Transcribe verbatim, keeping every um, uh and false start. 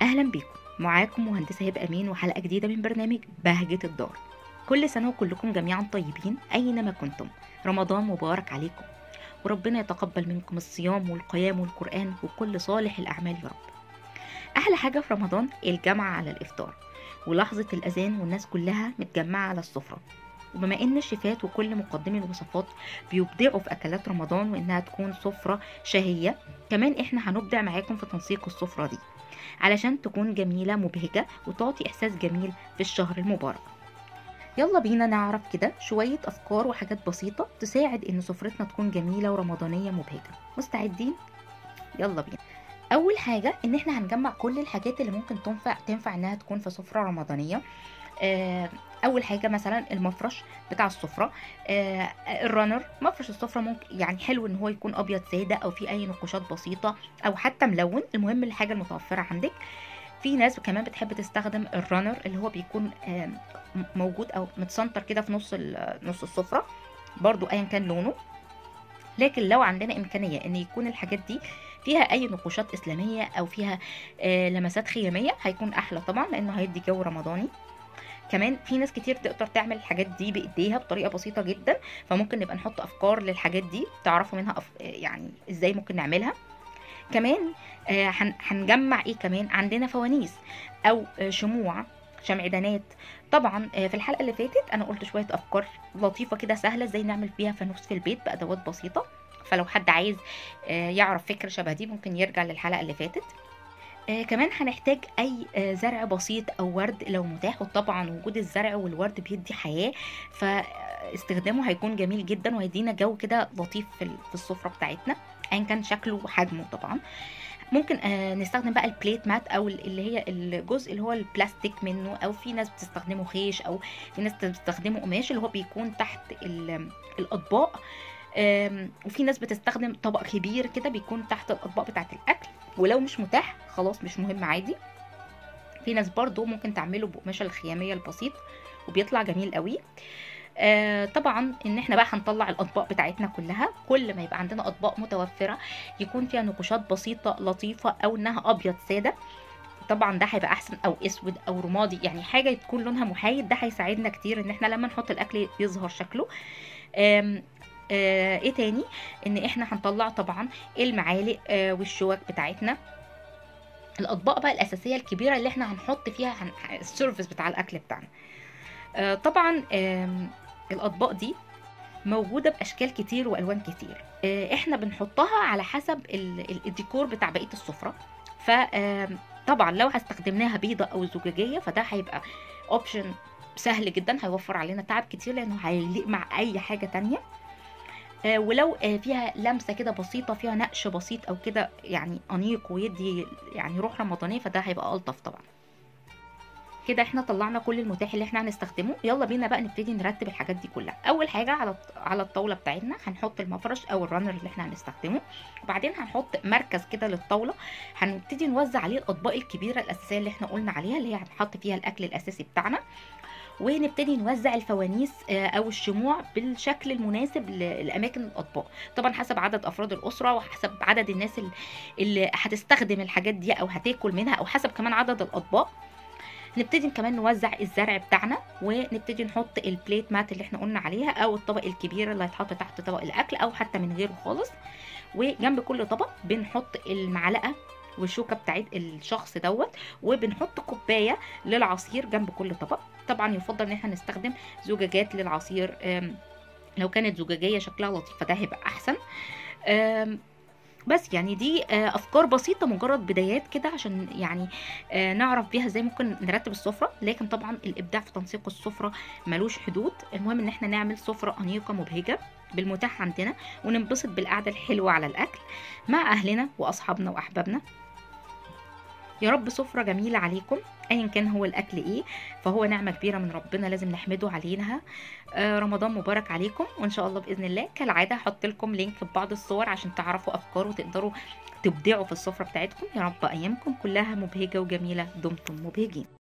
اهلا بيكم، معاكم مهندسه هبه امين وحلقه جديده من برنامج بهجه الدار. كل سنه وكلكم جميعا طيبين اينما كنتم. رمضان مبارك عليكم، وربنا يتقبل منكم الصيام والقيام والقران وكل صالح الاعمال يا رب. احلى حاجه في رمضان الجمعه على الافطار ولحظه الاذان والناس كلها متجمعه على السفره. وبما ان الشيفات وكل مقدمي الوصفات بيبدعوا في اكلات رمضان وانها تكون سفره شهيه، كمان احنا هنبدع معاكم في تنسيق السفره دي علشان تكون جميلة مبهجة وتعطي إحساس جميل في الشهر المبارك. يلا بينا نعرف كده شوية أفكار وحاجات بسيطة تساعد إن سفرتنا تكون جميلة ورمضانية مبهجة. مستعدين؟ يلا بينا. أول حاجة إن إحنا هنجمع كل الحاجات اللي ممكن تنفع تنفع إنها تكون في سفرة رمضانية. آه، اول حاجه مثلا المفرش بتاع السفره، آه، الرانر. مفرش السفره ممكن يعني حلو ان هو يكون ابيض ساده او فيه اي نقوشات بسيطه او حتى ملون، المهم الحاجه المتوفره عندك. في ناس كمان بتحب تستخدم الرانر اللي هو بيكون آه، موجود او متسنتر كده في نص نص السفره، برضو ايا كان لونه. لكن لو عندنا امكانيه ان يكون الحاجات دي فيها اي نقوشات اسلاميه او فيها آه، لمسات خياميه هيكون احلى طبعا، لانه هيدي جو رمضاني. كمان في ناس كتير تقدر تعمل الحاجات دي بايديها بطريقه بسيطه جدا، فممكن نبقى نحط افكار للحاجات دي تعرفوا منها أف... يعني ازاي ممكن نعملها. كمان آه هنجمع ايه كمان، عندنا فوانيس او آه شموع شمعدانات. طبعا آه في الحلقه اللي فاتت انا قلت شويه افكار لطيفه كده سهله ازاي نعمل بيها فانوس في البيت بادوات بسيطه، فلو حد عايز آه يعرف فكره شبه دي ممكن يرجع للحلقه اللي فاتت. آه كمان هنحتاج اي آه زرع بسيط او ورد لو متاح، وطبعا وجود الزرع والورد بيدي حياه، فاستخدامه هيكون جميل جدا وهيدينا جو كده لطيف في في السفره بتاعتنا ايا كان شكله وحجمه. طبعا ممكن آه نستخدم بقى البليت مات او اللي هي الجزء اللي هو البلاستيك منه، او في ناس بتستخدمه خيش، او في ناس بتستخدمه قماش اللي هو بيكون تحت الاطباق. وفي ناس بتستخدم طبق كبير كده بيكون تحت الاطباق بتاعه الاكل، ولو مش متاح خلاص مش مهم عادي. في ناس برضو ممكن تعمله بقماشه الخياميه البسيط وبيطلع جميل قوي. آه طبعا ان احنا بقى هنطلع الاطباق بتاعتنا كلها، كل ما يبقى عندنا اطباق متوفره يكون فيها نقوشات بسيطه لطيفه او انها ابيض ساده، طبعا ده هيبقى احسن، او اسود او رمادي، يعني حاجه تكون لونها محايد، ده هيساعدنا كتير ان احنا لما نحط الاكل يظهر شكله. آم آه ايه تاني، ان احنا هنطلع طبعا المعالق آه والشوك بتاعتنا، الاطباق بقى الاساسيه الكبيره اللي احنا هنحط فيها السيرفيس بتاع الاكل بتاعنا. آه طبعا آه الاطباق دي موجوده باشكال كتير والوان كتير، آه احنا بنحطها على حسب الديكور بتاع بقيه السفره. ف طبعا لو استخدمناها بيضه او زجاجيه فده هيبقى اوبشن سهل جدا، هيوفر علينا تعب كتير لانه هيليق مع اي حاجه تانية. آه ولو آه فيها لمسه كده بسيطه، فيها نقش بسيط او كده يعني انيق ويدي يعني روح رمضانيه، فده هيبقى الطف طبعا. كده احنا طلعنا كل المتاح اللي احنا هنستخدمه. يلا بينا بقى نبتدي نرتب الحاجات دي كلها. اول حاجه على على الطاوله بتاعتنا هنحط المفرش او الرانر اللي احنا هنستخدمه، وبعدين هنحط مركز كده للطاوله هنبتدي نوزع عليه الاطباق الكبيره الاساسيه اللي احنا قلنا عليها اللي هي هنحط فيها الاكل الاساسي بتاعنا، ونبتدي نوزع الفوانيس او الشموع بالشكل المناسب لاماكن الاطباق، طبعا حسب عدد افراد الاسره وحسب عدد الناس اللي هتستخدم الحاجات دي او هتاكل منها، او حسب كمان عدد الاطباق. نبتدي كمان نوزع الزرع بتاعنا، ونبتدي نحط البليت مات اللي احنا قلنا عليها او الطبق الكبير اللي هيتحط تحت طبق الاكل او حتى من غيره خالص. وجنب كل طبق بنحط المعلقه والشوكه بتاعت الشخص دوت، وبنحط كوبايه للعصير جنب كل طبق. طبعا يفضل ان احنا نستخدم زجاجات للعصير، لو كانت زجاجيه شكلها لطيف فده هيبقى احسن. بس يعني دي افكار بسيطه مجرد بدايات كده عشان يعني نعرف بيها ازاي ممكن نرتب السفره، لكن طبعا الابداع في تنسيق السفره ملوش حدود. المهم ان احنا نعمل سفره انيقه مبهجه بالمتاح عندنا، وننبسط بالقعده الحلوه على الاكل مع اهلنا واصحابنا واحبابنا. يا رب سفرة جميلة عليكم ايا كان هو الاكل ايه، فهو نعمة كبيرة من ربنا لازم نحمده عليها. آه رمضان مبارك عليكم، وان شاء الله باذن الله كالعادة هحط لكم لينك ببعض الصور عشان تعرفوا افكار وتقدروا تبدعوا في السفرة بتاعتكم. يا رب ايامكم كلها مبهجة وجميلة، دمتم مبهجين.